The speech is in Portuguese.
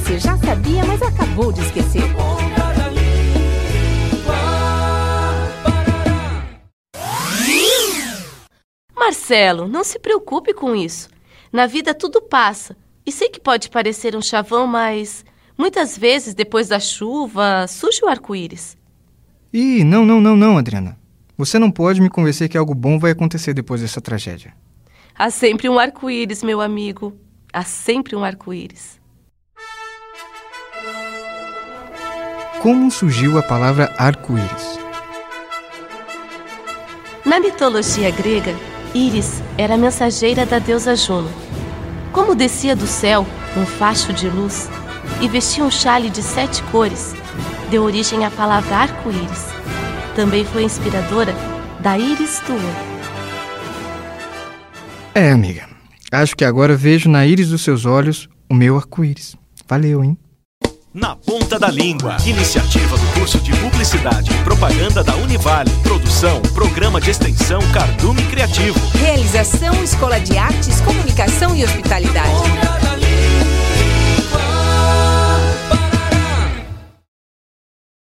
você já sabia, mas acabou de esquecer. Marcelo, não se preocupe com isso. Na vida tudo passa. E sei que pode parecer um chavão, mas muitas vezes, depois da chuva, surge o arco-íris. Ih, não, Adriana. Você não pode me convencer que algo bom vai acontecer depois dessa tragédia. Há sempre um arco-íris, meu amigo. Há sempre um arco-íris. Como surgiu a palavra arco-íris? Na mitologia grega, Íris era a mensageira da deusa Juno. Como descia do céu um facho de luz e vestia um chale de 7 cores, deu origem à palavra arco-íris. Também foi inspiradora da íris do olho. Amiga, acho que agora vejo na íris dos seus olhos o meu arco-íris. Valeu, hein? Na Ponta da Língua, iniciativa do curso de Publicidade e Propaganda da Univale. Produção, Programa de Extensão Cardume Criativo. Realização Escola de Artes, Comunicação e Hospitalidade.